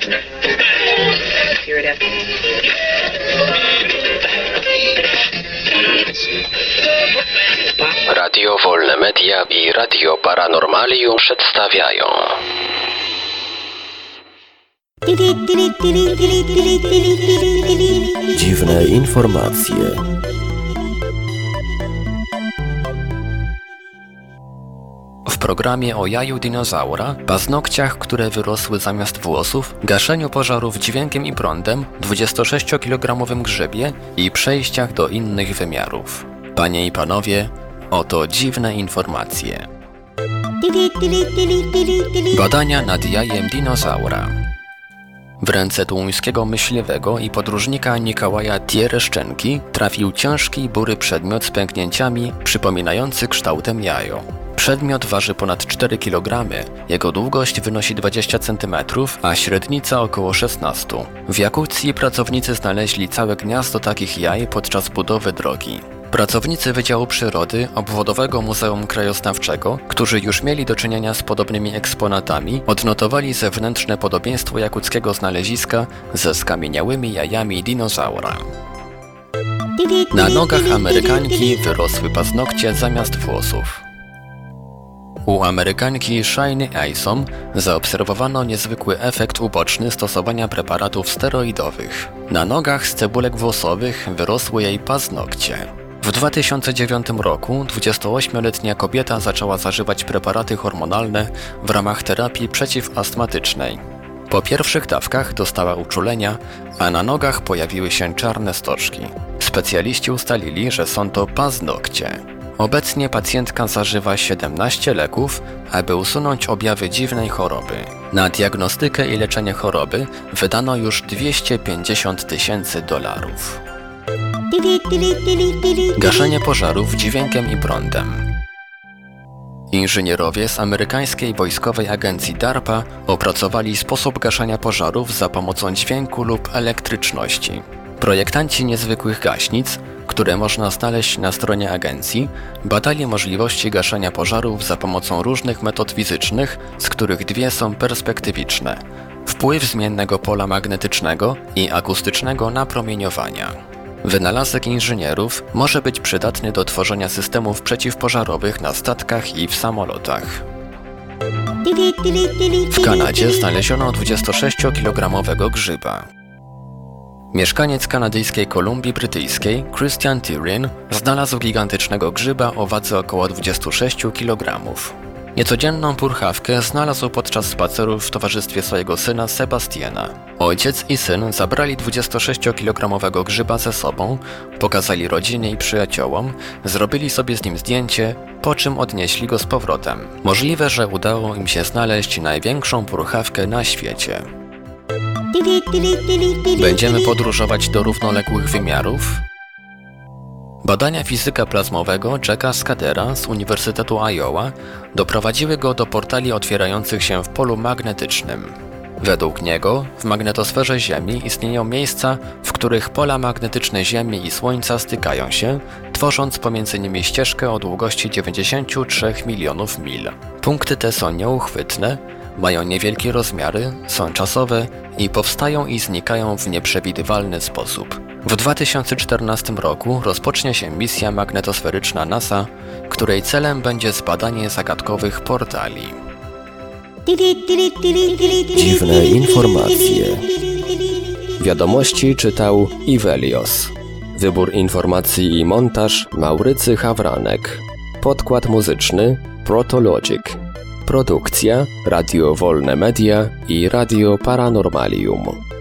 Radio Wolne Media i Radio Paranormalium przedstawiają dziwne informacje. w programie o jaju dinozaura, paznokciach, które wyrosły zamiast włosów, gaszeniu pożarów dźwiękiem i prądem, 26-kilogramowym grzybie i przejściach do innych wymiarów. Panie i panowie, oto dziwne informacje. Badania nad jajem dinozaura. W ręce tuńskiego myśliwego i podróżnika Nikołaja Tiereszczenki trafił ciężki, bury przedmiot z pęknięciami przypominający kształtem jajo. Przedmiot waży ponad 4 kg, jego długość wynosi 20 cm, a średnica około 16. W Jakucji pracownicy znaleźli całe gniazdo takich jaj podczas budowy drogi. Pracownicy Wydziału Przyrody Obwodowego Muzeum Krajoznawczego, którzy już mieli do czynienia z podobnymi eksponatami, odnotowali zewnętrzne podobieństwo jakuckiego znaleziska ze skamieniałymi jajami dinozaura. Na nogach Amerykanki wyrosły paznokcie zamiast włosów. U Amerykanki Shiny Isom zaobserwowano niezwykły efekt uboczny stosowania preparatów steroidowych. Na nogach z cebulek włosowych wyrosły jej paznokcie. W 2009 roku 28-letnia kobieta zaczęła zażywać preparaty hormonalne w ramach terapii przeciwastmatycznej. Po pierwszych dawkach dostała uczulenia, a na nogach pojawiły się czarne stożki. Specjaliści ustalili, że są to paznokcie. Obecnie pacjentka zażywa 17 leków, aby usunąć objawy dziwnej choroby. Na diagnostykę i leczenie choroby wydano już $250,000. Gaszenie pożarów dźwiękiem i prądem. Inżynierowie z amerykańskiej wojskowej agencji DARPA opracowali sposób gaszenia pożarów za pomocą dźwięku lub elektryczności. Projektanci niezwykłych gaśnic, które można znaleźć na stronie agencji, badali możliwości gaszenia pożarów za pomocą różnych metod fizycznych, z których dwie są perspektywiczne: wpływ zmiennego pola magnetycznego i akustycznego napromieniowania. Wynalazek inżynierów może być przydatny do tworzenia systemów przeciwpożarowych na statkach i w samolotach. W Kanadzie znaleziono 26-kilogramowego grzyba. Mieszkaniec kanadyjskiej Kolumbii Brytyjskiej, Christian Tyrion, znalazł gigantycznego grzyba o wadze około 26 kg. Niecodzienną purchawkę znalazł podczas spacerów w towarzystwie swojego syna Sebastiana. Ojciec i syn zabrali 26-kilogramowego grzyba ze sobą, pokazali rodzinie i przyjaciołom, zrobili sobie z nim zdjęcie, po czym odnieśli go z powrotem. Możliwe, że udało im się znaleźć największą purchawkę na świecie. Będziemy podróżować do równoległych wymiarów? Badania fizyka plazmowego Jacka Skadera z Uniwersytetu Iowa doprowadziły go do portali otwierających się w polu magnetycznym. Według niego w magnetosferze Ziemi istnieją miejsca, w których pola magnetyczne Ziemi i Słońca stykają się, tworząc pomiędzy nimi ścieżkę o długości 93 milionów mil. Punkty te są nieuchwytne, mają niewielkie rozmiary, są czasowe i powstają i znikają w nieprzewidywalny sposób. W 2014 roku rozpocznie się misja magnetosferyczna NASA, której celem będzie zbadanie zagadkowych portali. Dziwne informacje. Wiadomości czytał Ivelios. Wybór informacji i montaż Maurycy Hawranek. Podkład muzyczny Protologic. Produkcja Radio Wolne Media i Radio Paranormalium.